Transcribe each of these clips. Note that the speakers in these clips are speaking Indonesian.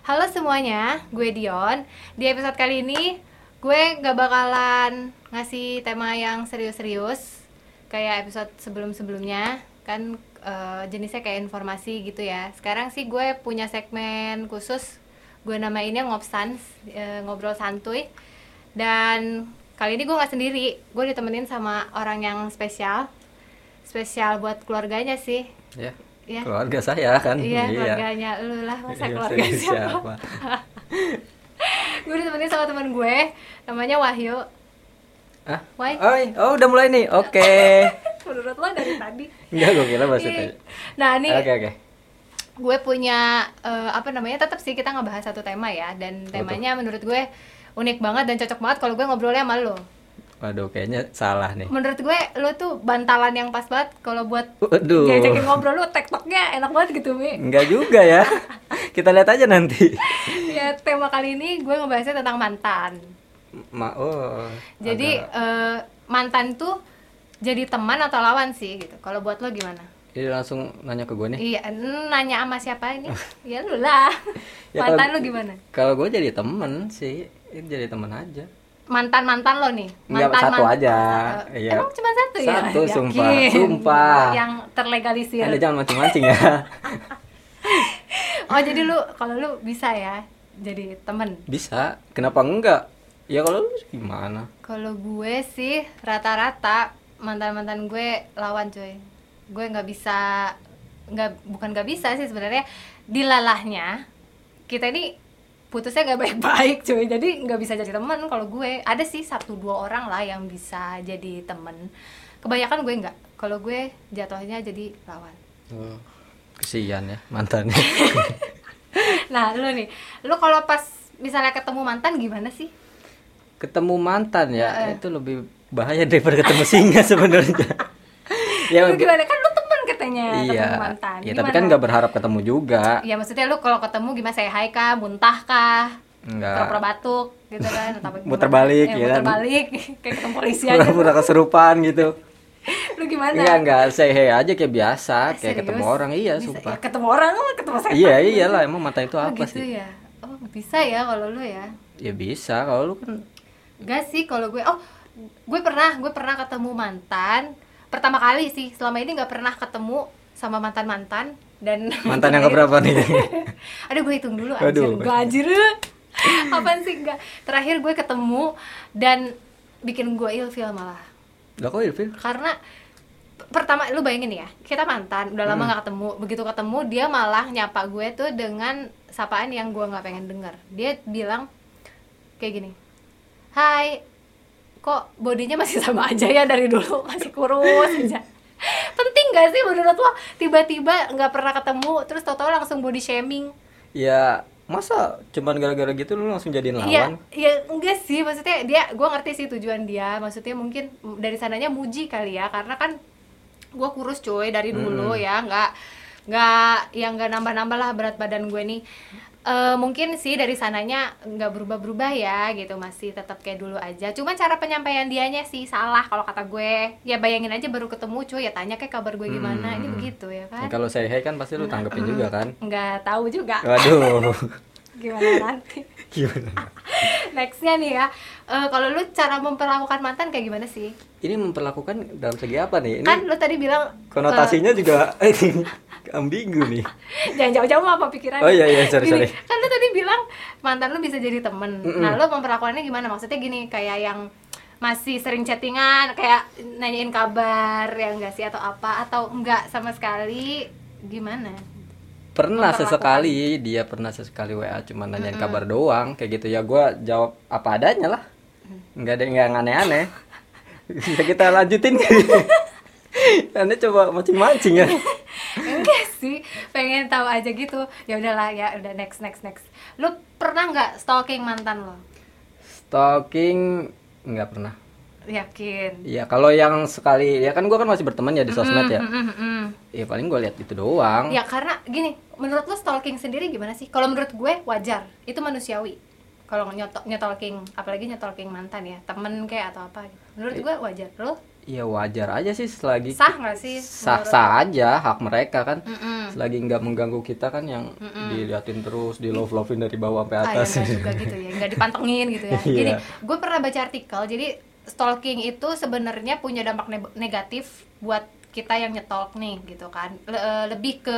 Halo semuanya, gue Dion. Di episode kali ini gue gak bakalan ngasih tema yang serius-serius kayak episode sebelum-sebelumnya. Kan jenisnya kayak informasi gitu ya. Sekarang sih gue punya segmen khusus, gue namainnya Ngobsans, ngobrol santuy. Dan kali ini gue gak sendiri, gue ditemenin sama orang yang spesial buat keluarganya sih. Ya, keluarga saya kan. Iya, keluarganya lu lah, masa keluarga siapa? Gue ditemenin sama teman gue, namanya Wahyu. Why? Oh, udah mulai nih. Oke. Menurut lo dari tadi? Enggak, gue kira maksudnya. Nah, ini Oke. gue punya tetap sih kita ngebahas satu tema ya, dan temanya menurut gue unik banget dan cocok banget kalau gue ngobrolnya sama lo. Waduh, kayaknya salah nih. Menurut gue lo tuh bantalan yang pas banget kalau buat ngajakin ngobrol. Lo tektoknya enak banget gitu, Mi. Enggak juga ya. Kita lihat aja nanti. Ya, tema kali ini gue ngebahasnya tentang mantan. Jadi mantan tuh jadi teman atau lawan sih gitu. Kalau buat lo gimana? Jadi langsung nanya ke gue nih. Iya, nanya sama siapa ini? Ya lu lah. Ya, mantan lo gimana? Kalau gue jadi temen sih, jadi temen aja. Mantan lo nih? Enggak, satu aja. Iya. Emang cuma satu ya? Satu, sumpah. Yang terlegalisir. Anda jangan mancing-mancing ya. Oh, jadi kalau lu bisa ya jadi temen? Bisa, kenapa enggak? Ya kalau lu gimana? Kalau gue sih rata-rata mantan gue lawan, coy. Gue bukan nggak bisa sih sebenarnya, dilalahnya kita ini putusnya nggak baik-baik, cuy. Jadi nggak bisa jadi teman. Kalau gue ada sih 1-2 orang lah yang bisa jadi temen. Kebanyakan gue nggak. Kalau gue jatuhnya jadi lawan. Kesian ya mantannya. Nah, lu kalau pas misalnya ketemu mantan gimana sih? Ketemu mantan ya, itu lebih bahaya daripada ketemu singa sebenarnya. Ya, lu gimana, kan lu temen katanya. Iya, ketemu mantan. Ya tapi kan nggak berharap ketemu juga. Ya maksudnya lu kalau ketemu gimana, say hi kah, muntah kah, enggak, pura-pura batuk gitu kan, atau muter balik ya muter kan, balik kayak ketemu polisi aja, pura-pura kesurupan gitu. Lu gimana? Enggak, say hi aja kayak biasa, kayak serius? Ketemu orang. Iya, bisa, sumpah. Ya, ketemu orang, ketemu setan. Iya, iyalah, emang mantan itu apa gitu sih? Ya? Oh, bisa ya kalau lu ya? Ya bisa, kalau lu kan. Enggak sih kalau gue. Oh, gue pernah ketemu mantan. Pertama kali sih, selama ini nggak pernah ketemu sama mantan dan mantan yang keberapa nih? Aduh, gue hitung dulu. Anjir. Apaan sih? Enggak. Terakhir gue ketemu dan bikin gue ilfil malah. Lah kok ilfil? Karena pertama, lu bayangin ya, kita mantan udah lama nggak ketemu. Begitu ketemu, dia malah nyapa gue tuh dengan sapaan yang gue nggak pengen denger. Dia bilang kayak gini, hai, kok bodinya masih sama aja ya dari dulu, masih kurus aja. Penting gak sih menurut lo tiba-tiba nggak pernah ketemu terus tau-tau langsung body shaming? Ya masa cuman gara-gara gitu lu langsung jadiin lawan? Ya enggak sih, maksudnya gue ngerti sih tujuan dia, maksudnya mungkin dari sananya muji kali ya, karena kan gue kurus coy dari dulu ya, nggak nambah-nambah lah berat badan gue nih. Mungkin sih dari sananya nggak berubah-berubah ya gitu, masih tetap kayak dulu aja. Cuma cara penyampaian dianya sih salah kalau kata gue. Ya bayangin aja baru ketemu cuy, ya tanya kayak kabar gue gimana. Ini begitu ya kan. Kalau saya hey kan pasti lu tanggepin juga kan? Nggak tahu juga. Waduh. Gimana nanti? Gimana? Nextnya nih ya, kalau lu cara memperlakukan mantan kayak gimana sih? Ini memperlakukan dalam segi apa nih? Ini kan lu tadi bilang konotasinya juga ambigu nih. Jangan jauh-jauh apa pikirannya. Oh iya sorry. Kan lu tadi bilang mantan lu bisa jadi temen. Nah, lu memperlakukannya gimana? Maksudnya gini, kayak yang masih sering chattingan, kayak nanyain kabar ya enggak sih, atau apa, atau enggak sama sekali, gimana? Pernah sesekali WA cuma nanyain kabar doang kayak gitu ya, gue jawab apa adanya lah, nggak ada yang aneh-aneh. Bisa kita lanjutin gitu. Anda coba mancing-mancing ya. Enggak sih, pengen tahu aja gitu. Ya udahlah, ya udah next. Lu pernah nggak stalking mantan lo? Stalking nggak pernah. Yakin? Iya, kalau yang sekali ya kan gue kan masih berteman ya di sosmed ya. Ya paling gue lihat itu doang. Ya karena gini, menurut lo stalking sendiri gimana sih? Kalau menurut gue wajar, itu manusiawi. Kalau nyetolking, apalagi nyetolking mantan ya, temen kayak atau apa gitu. Menurut gue wajar. Lo ya wajar aja sih selagi Sah nggak sih? sah aja, hak mereka kan. Mm-mm. Selagi nggak mengganggu kita kan, yang diliatin terus, di love-lovein dari bawah sampai Ya atas. nggak juga gitu ya, nggak dipantengin gitu ya. Iya. Jadi gue pernah baca artikel, jadi stalking itu sebenarnya punya dampak negatif buat kita yang nyetolk nih gitu kan. Lebih ke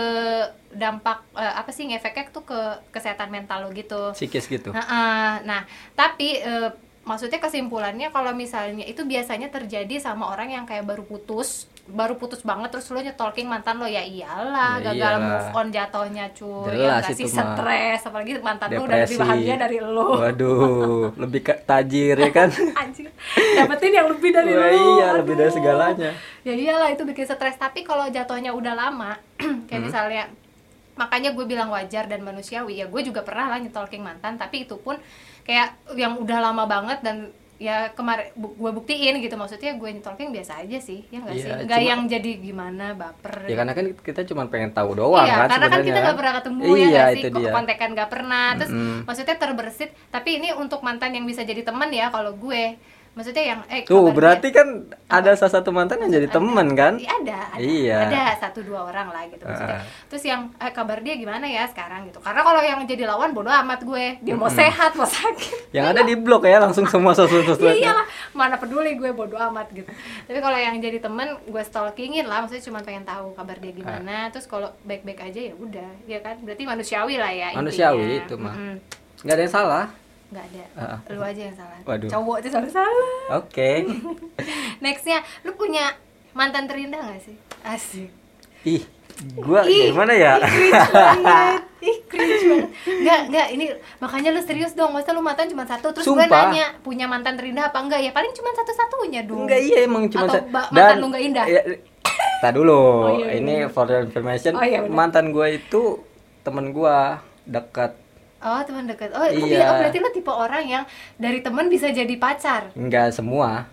dampak apa sih, ngefeknya tuh ke kesehatan mental lo gitu. Psikis gitu. Nah, tapi maksudnya kesimpulannya kalau misalnya itu biasanya terjadi sama orang yang kayak baru putus banget, terus lo nyetolking mantan lo, ya iyalah, Ya gagal iyalah. move on jatuhnya cuy. Jelas Ya nggak sih, itu mah. stres, apalagi mantan lo udah lebih Depresi. bahagia dari lo. Waduh, lebih tajir ya kan. Anjir, dapetin yang lebih dari Wah, lo. iya, lebih dari Aduh. segalanya. Ya iyalah, itu bikin stres. Tapi kalau jatuhnya udah lama kayak misalnya, makanya gue bilang wajar dan manusiawi. Ya gue juga pernah lah nyetolking mantan, tapi itu pun kayak yang udah lama banget, dan ya kemarin gue buktiin gitu, maksudnya gue nyetolking biasa aja sih, ya nggak Iya, sih, nggak cuma- yang jadi gimana baper. Ya karena kan kita cuma pengen tahu doang Iya, kan karena kan kita sebenarnya. nggak pernah ketemu, ya Iya, nggak sih, itu dia. kontekan nggak pernah, terus maksudnya terbersit. Tapi ini untuk mantan yang bisa jadi teman ya, kalau gue maksudnya yang Tuh, kabar berarti kan ada salah satu mantan yang jadi teman kan? ada Iya. ada 1-2 orang lah gitu maksudnya. Terus yang kabar dia gimana ya sekarang gitu, karena kalau yang jadi lawan bodo amat gue, dia mau sehat mau sakit, Yang ada di blok ya, langsung semua sosmed. ya iyalah, mana peduli gue, bodo amat gitu. Tapi kalau yang jadi temen, gue stalkingin lah, maksudnya cuma pengen tahu kabar dia gimana. Terus kalau baik-baik aja ya udah, ya kan, berarti manusiawi lah ya, Manusiawi intinya. itu mah. Nggak ada yang salah. Nggak ada, Ah. lu aja yang salah. Waduh. Cowok itu selalu salah. Oke. Nextnya, lu punya mantan terindah nggak sih? Asik. Ih, gua gimana ya? Cringe banget. Ih, cringe banget. Enggak, ini makanya lu serius dong. Masa lu mantan cuma satu, terus gue Sumpah. nanya, punya mantan terindah apa enggak? Ya paling cuma satu-satunya dong. Enggak, iya emang cuma Atau mantan lu nggak indah? Ya, tak dulu. Oh, iya, Ini for your information. Oh, iya, benar. Mantan gua itu temen gua dekat. Oh, teman dekat. Oh, Iya. berarti lu tipe orang yang dari teman bisa jadi pacar. Enggak semua.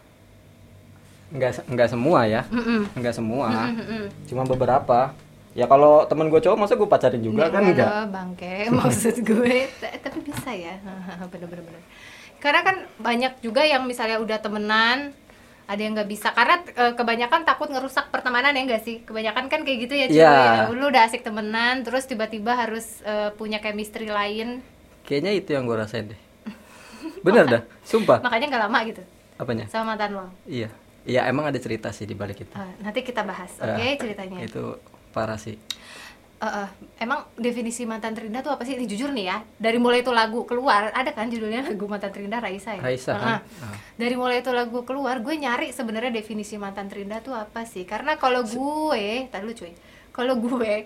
Enggak semua ya. Mm-mm. Enggak semua. Mm-mm. Cuma beberapa. Ya kalau temen gue cowok, masa gue pacarin juga kan enggak? Bangke, maksud gue. Tapi bisa ya. Bener-bener. Karena kan banyak juga yang misalnya udah temenan, ada yang nggak bisa karena kebanyakan takut ngerusak pertemanan, ya nggak sih? Kebanyakan kan kayak gitu ya, cuy. Iya. Lu udah asik temenan, terus tiba-tiba harus punya chemistry lain, Kayaknya itu yang gue rasain deh. Bener dah, sumpah. makanya nggak lama gitu Apanya? sama mantan lo. Iya. Iya, emang ada cerita sih di balik itu. Nanti kita bahas, oke, ceritanya. Itu parah sih. Emang definisi mantan terindah tuh apa sih? Ini jujur nih ya, dari mulai itu lagu keluar, ada kan judulnya lagu mantan terindah Raisa ya? Raisa kan? Dari mulai itu lagu keluar, gue nyari sebenarnya definisi mantan terindah tuh apa sih? Karena kalau gue, tadi lu cuy, kalau gue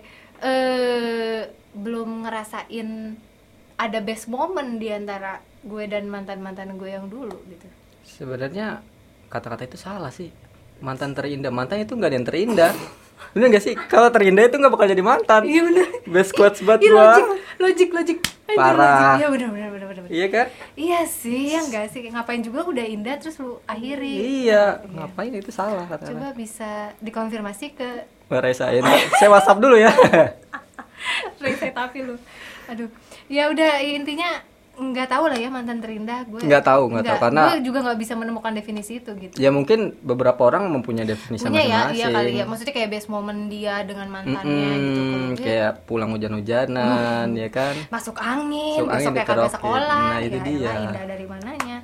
belum ngerasain ada best moment di antara gue dan mantan-mantan gue yang dulu gitu. Sebenarnya kata-kata itu salah sih. Mantan terindah, mantan itu nggak ada yang terindah. Bener gak sih? Kalau terindah itu nggak bakal jadi mantan. Iya bener. Best quotes buat Ih, gua. logik. Anjir, Parah. Iya bener. Iya kan? Iya sih, ya enggak sih, ngapain juga udah indah terus lu akhiri. Iya, ngapain itu salah kata-kata. Coba bisa dikonfirmasi ke Ngerasain. Saya WhatsApp dulu ya. Reset tapi lu. Aduh. Ya udah, intinya nggak tahu lah ya mantan terindah gue. Nggak tahu karena gue juga nggak bisa menemukan definisi itu gitu. Ya mungkin beberapa orang mempunyai definisi Punya ya, masing-masing. iya kali ya. Maksudnya kayak best moment dia dengan mantannya gitu. Kalau gue, Kayak pulang hujan-hujanan, ya kan? masuk angin, Masuk angin besok kayak kagak dikerokin. sekolah. Nah, itu ya, dia. elah, indah dari mananya.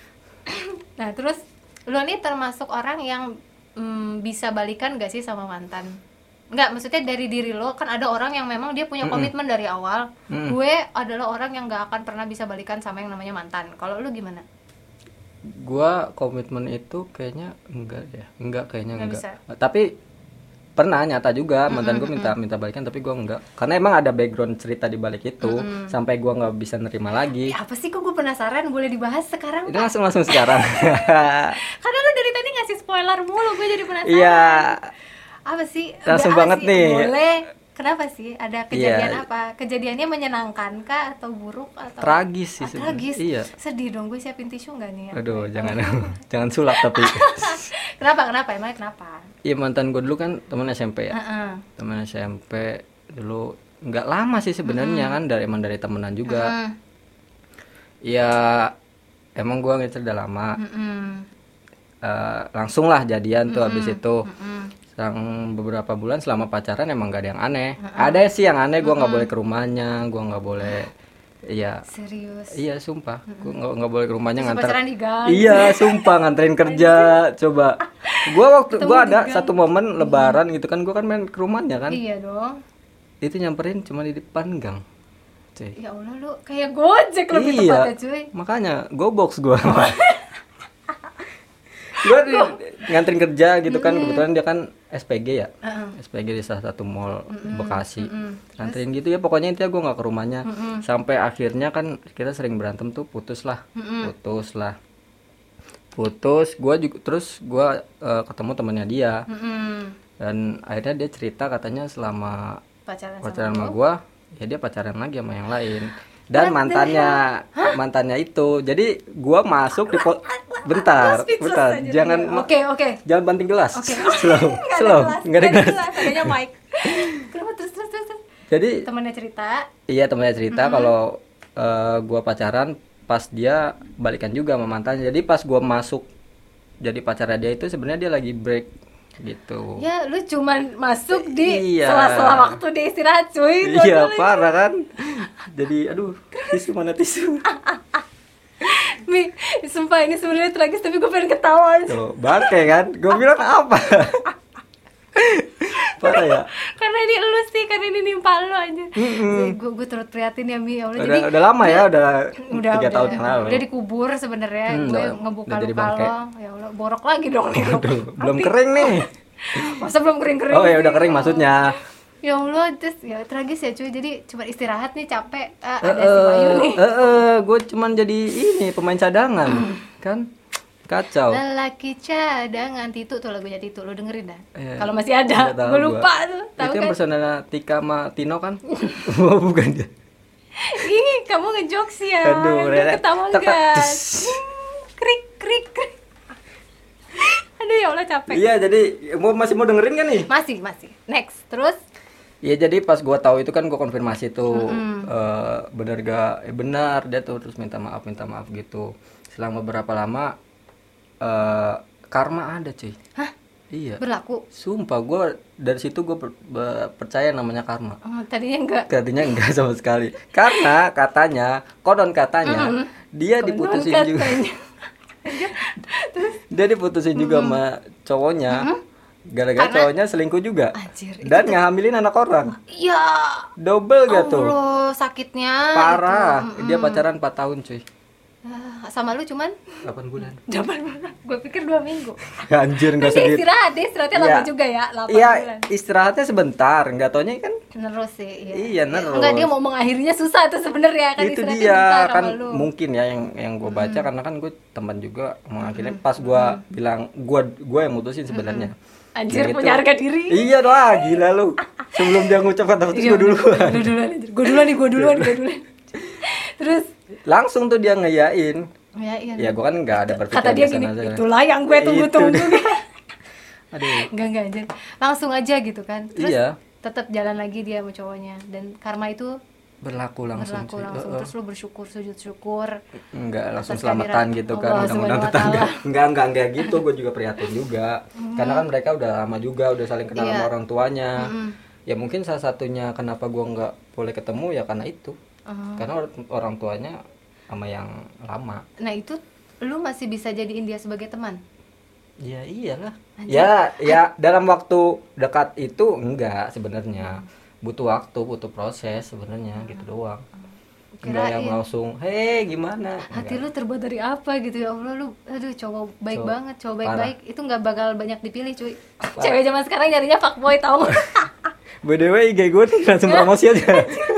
Nah terus lo nih termasuk orang yang bisa balikan gak sih sama mantan? Enggak, maksudnya dari diri lo, kan ada orang yang memang dia punya komitmen dari awal. Gue adalah orang yang gak akan pernah bisa balikan sama yang namanya mantan. Kalau lo gimana? Gua komitmen itu kayaknya enggak kayaknya Nggak enggak. bisa. Tapi pernah nyata juga mantan gue minta balikan, tapi gua enggak. Karena emang ada background cerita di balik itu sampai gua nggak bisa nerima lagi. Apa sih, kok gue penasaran, boleh dibahas sekarang? Itu langsung sekarang. Karena lo dari tadi ngasih spoiler mulu, gue jadi penasaran. Iya. Apa sih? Langsung Apa banget sih? nih. Boleh. Kenapa sih? Ada kejadian Iya. apa? Kejadiannya menyenangkan kah atau buruk atau Tragis sih sebenarnya. tragis. Iya. Sedih dong, gue siapin tisu nggak nih? Ya? Aduh, jangan sulap tapi. Kenapa? Emangnya kenapa? Iya, mantan gue dulu kan teman SMP ya. Heeh. Teman SMP dulu nggak lama sih sebenarnya kan, emang dari temenan juga. Ya emang gue ngecer udah lama. langsung lah jadian tuh habis itu. Selang beberapa bulan selama pacaran emang gak ada yang aneh. Ada sih yang aneh, gue nggak boleh ke rumahnya, gue nggak boleh. Iya. Serius. Iya sumpah, gue nggak boleh ke rumahnya Terus nganter. pacaran di gang. Iya sumpah nganterin kerja. Coba, gue ada di gang. satu momen Lebaran gitu kan, gue kan main ke rumahnya kan. Iya dong. Itu nyamperin cuma di depan gang. Cuy. Ya Allah, lu kayak Gojek lebih tepatnya cuy. Makanya box gue. Gue nganterin kerja gitu kan, kebetulan dia kan SPG ya. SPG di salah satu mall Bekasi. Nganterin gitu ya, pokoknya intinya gue nggak ke rumahnya. Sampai akhirnya kan kita sering berantem tuh, putus lah. Gue juga terus gue ketemu temannya dia. Dan akhirnya dia cerita katanya selama pacaran sama gue, ya dia pacaran lagi sama yang lain. Dan mantannya itu. Jadi gue masuk di bentar. Jangan jangan banting gelas. Slow. Enggak ada gelas. Adanya mic. Kenapa terus. Jadi Temannya cerita. Iya, temannya cerita kalau gue pacaran pas dia balikan juga sama mantannya. Jadi pas gue masuk jadi pacarnya dia itu sebenarnya dia lagi break gitu. Ya, lu cuman masuk di sela-sela waktu dia istirahat, cuy. Iya, parah kan. Jadi aduh, mana tisu. Mi, sumpah ini sebenarnya tragis tapi gue pengen ketawa. Tuh, bangke kan? Gue bilang apa? Parah ya. Karena ini lu sih, karena ini nimpa lu aja. Gue turut prihatin ya Mi, ya Allah. Jadi udah lama ya, udah 3 tahun yang lalu. Udah dikubur sebenarnya. Gue ngebuka luka lo. Ya Allah, borok lagi dong nih. Belum kering nih. Masa belum kering-kering? Oh ya udah kering maksudnya. Ya Allah, terus ya tragis ya cuy. Jadi cuma istirahat nih, capek. Ada si Bayu nih. Gue cuman jadi ini pemain cadangan kan. Kacau. Lelaki cadangan, Titu tuh lagunya Titu, lo dengerin dah. Kalau masih Nggak ada, tahu gue lupa tuh. Tahu itu kan? yang personalnya Tika sama Tino kan? Oh, bukan dia. Ih, kamu ngejokes ya. Aduh, Dia ketawa tak, enggak? Krik. Aduh ya Allah, capek. Iya, jadi masih mau dengerin kan nih? Masih. Next, terus? Iya, jadi pas gua tahu itu kan gua konfirmasi tuh bener gak? Benar, dia tuh terus minta maaf gitu. Selang beberapa lama karma ada cuy. Hah? Iya. Berlaku? Sumpah gue dari situ gue percaya namanya karma. Tadinya enggak. Tadinya enggak sama sekali. Karena konon katanya dia diputusin juga. Dia diputusin juga sama cowoknya. Gara-gara cowoknya selingkuh juga. Anjir, dan ngehamilin anak orang. Iya. Double gak tuh? Allah, sakitnya. Parah. Dia pacaran 4 tahun cuy. Sama lu cuman 8 bulan. 8 bulan. Gue pikir 2 minggu. Anjir, enggak Dia sedih. istirahatnya lama juga ya, 8 Iya, bulan. istirahatnya sebentar, enggak taunya kan. Nerus sih, Iya, nerus. Enggak, dia mau mengakhirinya susah tuh sebenarnya kan, Itu istirahatnya dia bentar kan sama lu. mungkin ya yang gue baca karena kan gue teman juga mengakhirnya pas gue bilang gue yang mutusin sebenarnya. Anjir, Yang punya harga diri. Iya doa, gila lu. Sebelum dia ngucap kata putus gue duluan. Lu duluan anjir. Gue duluan. Terus Langsung tuh dia ngeyain. ya, iya. Ya gue kan nggak ada berpikir Kata dia di gini, sana aja. itulah yang gue tunggu-tunggu. Aduh. Enggak anjir. Langsung aja gitu kan. Terus Iya. tetap jalan lagi dia sama cowoknya, dan karma itu Berlaku langsung. Cuy. Terus lu bersyukur, sujud syukur. Enggak langsung atas selamatan kehadiran gitu kan, Allah undang-undang Subhanahu wa tetangga. Ta'ala. Enggak gitu, gue juga prihatin juga. Karena kan mereka udah lama juga, udah saling kenal sama orang tuanya. Ya mungkin salah satunya kenapa gue nggak boleh ketemu ya karena itu. Karena orang tuanya sama yang lama. Nah itu lu masih bisa jadiin dia sebagai teman? Ya iyalah. Anjir. Ya dalam waktu dekat itu enggak sebenarnya. Butuh waktu, butuh proses sebenarnya gitu doang. Enggak yang langsung, "Hei, gimana?" Hati lu terbuat dari apa gitu ya Allah, lu aduh cowok baik banget, cowok baik-baik itu nggak bakal banyak dipilih cuy. Cewek zaman sekarang nyarinya fuckboy tau. BDW IG gue nih langsung promosi aja.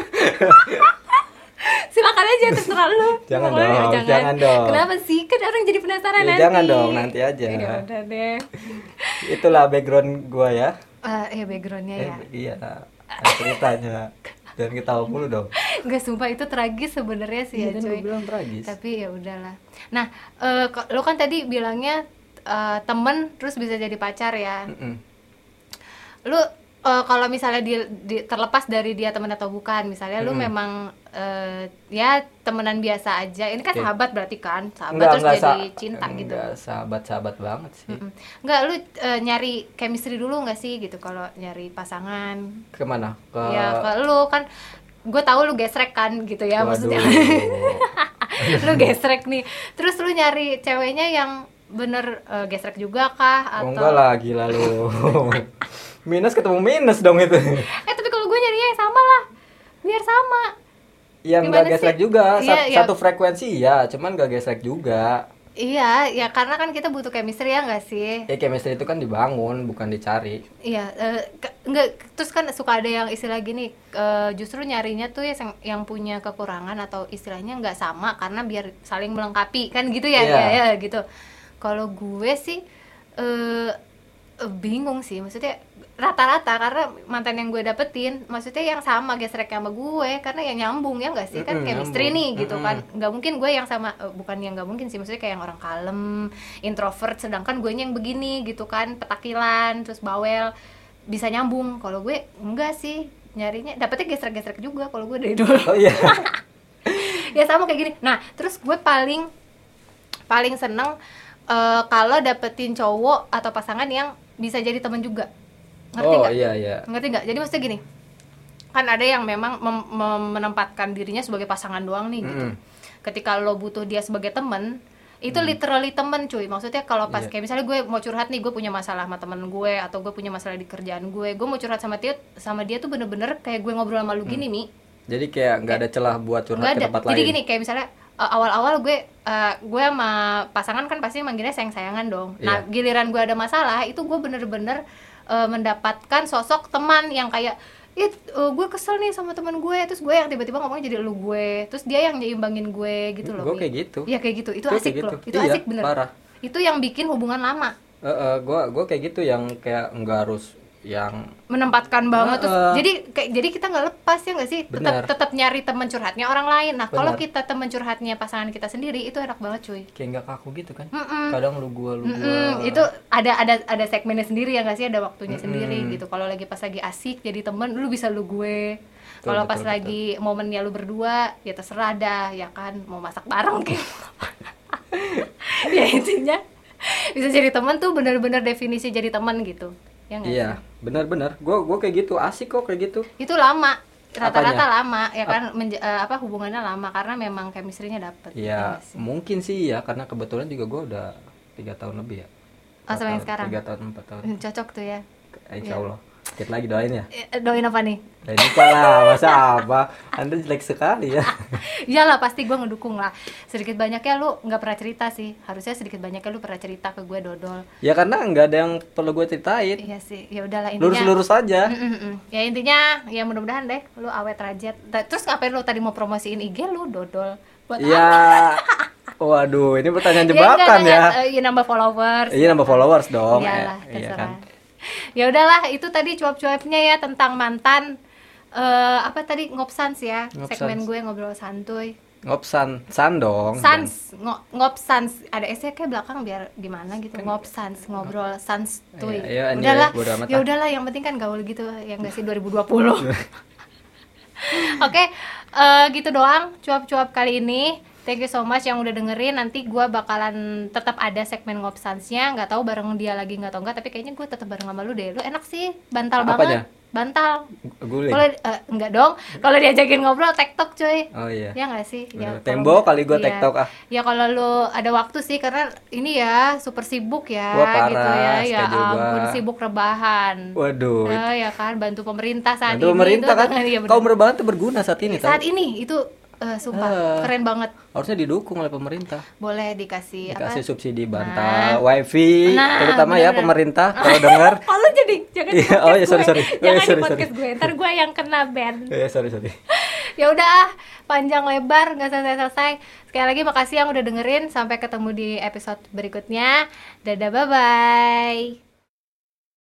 Silakan aja terserah lu. Jangan Pokoknya dong, jangan dong. Kenapa sih? Kan orang jadi penasaran Ya, nanti. jangan dong, nanti aja. Ya udah deh. Itulah background gua ya. Ya backgroundnya ya. Iya, ada ceritanya. Jangan ketawa mulu dong. Enggak, sumpah itu tragis sebenarnya sih ya Iya, cuy. bilang tragis. Tapi ya udahlah. Nah, lo kan tadi bilangnya temen terus bisa jadi pacar ya. Lu kalau misalnya terlepas dari dia teman atau bukan, misalnya lu memang ya temenan biasa aja, ini kan sahabat berarti kan, sahabat terus jadi cinta gitu. Enggak sahabat banget sih. Enggak, lu nyari chemistry dulu nggak sih gitu kalau nyari pasangan? Kemana? Ya ke lu kan, gue tahu lu gesrek kan gitu ya. Waduh. Maksudnya lu gesrek nih, terus lu nyari ceweknya yang bener gesrek juga kah atau? Enggak lah, gila lu. Minus ketemu minus dong itu. Tapi kalau gue nyarinya yang sama lah, biar sama. Yang nggak gesrek juga, satu frekuensi ya, cuman nggak gesrek juga. Iya, ya karena kan kita butuh chemistry ya nggak sih? Chemistry itu kan dibangun, bukan dicari. Iya, nggak, terus kan suka ada yang istilah gini, justru nyarinya tuh yang punya kekurangan atau istilahnya nggak sama karena biar saling melengkapi kan gitu ya, ya gitu. Kalau gue sih bingung sih, maksudnya rata-rata karena mantan yang gue dapetin maksudnya yang sama gesreknya sama gue karena yang nyambung ya nggak sih, kan chemistry nih gitu kan. Nggak mungkin gue yang sama, bukan yang nggak mungkin sih, maksudnya kayak yang orang kalem, introvert, sedangkan gue yang begini gitu kan, petakilan terus bawel, bisa nyambung. Kalau gue enggak sih, nyarinya dapetnya gesrek-gesrek juga kalau gue dari dulu. Oh iya. Ya sama kayak gini. Nah terus gue paling seneng kalau dapetin cowok atau pasangan yang bisa jadi teman juga. Ngerti nggak? Iya. Ngerti nggak? Jadi maksudnya gini, kan ada yang memang menempatkan dirinya sebagai pasangan doang nih gitu. Ketika lo butuh dia sebagai teman, itu literally temen cuy. Maksudnya kalau pas kayak misalnya gue mau curhat nih, gue punya masalah sama temen gue atau gue punya masalah di kerjaan gue mau curhat sama dia tuh bener-bener kayak gue ngobrol sama lu gini Mi. Jadi kayak nggak ada celah buat curhat ke tempat lain. Jadi gini, kayak misalnya awal-awal gue sama pasangan kan pasti manggilnya sayang-sayangan dong. Nah giliran gue ada masalah, itu gue bener-bener mendapatkan sosok teman yang kayak gue kesel nih sama teman gue, terus gue yang tiba-tiba ngomongnya jadi lu gue, terus dia yang nyimbangin gue gitu loh. Gue kayak gitu. Iya kayak gitu, itu asik loh. Itu asik bener. Parah. Itu yang bikin hubungan lama. Gue kayak gitu, yang kayak nggak harus yang menempatkan banget terus jadi kita nggak lepas ya nggak sih, tetap nyari teman curhatnya orang lain. Nah kalau kita teman curhatnya pasangan kita sendiri itu enak banget cuy, kayak nggak kaku gitu kan. Kadang lu gua itu ada segmennya sendiri ya nggak sih, ada waktunya sendiri gitu. Kalau lagi pas lagi asik jadi temen lu bisa lu gue, kalau pas lagi momennya lu berdua ya terserah dah ya kan, mau masak bareng gitu. Ya intinya bisa jadi teman tuh benar-benar definisi jadi teman gitu ya nggak iya sih? Benar-benar gue kayak gitu, asik kok kayak gitu. Itu lama, rata-rata lama ya kan, hubungannya lama karena memang chemistry-nya dapet. Iya ya mungkin sih ya, karena kebetulan juga gue udah 3 tahun lebih ya. Sampai yang sekarang 3 tahun 4 tahun cocok tuh ya, insya Allah. Dikit lagi doain ya. Doain apa nih? Doain apa lah, masa apa? Anda jelek sekali ya. Iyalah pasti gue ngedukung lah. Sedikit banyaknya lu nggak pernah cerita sih. Harusnya sedikit banyaknya lu pernah cerita ke gue, dodol. Ya karena nggak ada yang perlu gue ceritain. Iya sih. Ya udahlah intinya. Lurus-lurus aja. Ya intinya ya mudah-mudahan deh lu awet rajat. Terus ngapain lu tadi mau promosiin IG lu, dodol? Buat ya. Waduh, ini pertanyaan jebakan ya. Iya nambah followers. Iya nambah followers dong. Iyalah, terserah. Iya kan. Ya udahlah, itu tadi cuap-cuapnya ya tentang mantan. Apa tadi, ngopsans ya. Segmen gue ngobrol santuy. San dong. Sans, ngopsans. Ada S-nya kayak belakang biar gimana gitu. Ngopsans, ngobrol sans tuy. Udahlah. Ya udahlah, yang penting kan gaul gitu ya enggak sih 2020. Oke, gitu doang cuap-cuap kali ini. Thank you so much yang udah dengerin. Nanti gue bakalan tetap ada segmen ngopsansnya. Nggak tahu bareng dia lagi nggak atau enggak. Tapi kayaknya gue tetap bareng sama lu deh. Lu enak sih, bantal banget. Bantal. Kalau enggak dong. Kalau diajakin ngobrol tektok cuy. Oh iya. Ya nggak sih. Ya, tembok kali gue tektok ah. Ya kalau lu ada waktu sih, karena ini ya super sibuk ya. Wah, parah, gitu ya. Ya gua. ampun, sibuk rebahan. Waduh. Ya kan, bantu pemerintah saat bantu ini. Pemerintah itu, kan. Kaum rebahan tuh berguna saat ini. Saat ini itu. Sumpah keren banget. Harusnya didukung oleh pemerintah. Boleh dikasih subsidi bantal, wifi, terutama ya pemerintah kalau dengar. Oh, lu jadi jangan di podcast gue. Jangan di podcast gue, ntar gue yang kena ban. Sorry. Ya udah, panjang lebar nggak selesai. Sekali lagi makasih yang udah dengerin. Sampai ketemu di episode berikutnya. Dadah, bye bye.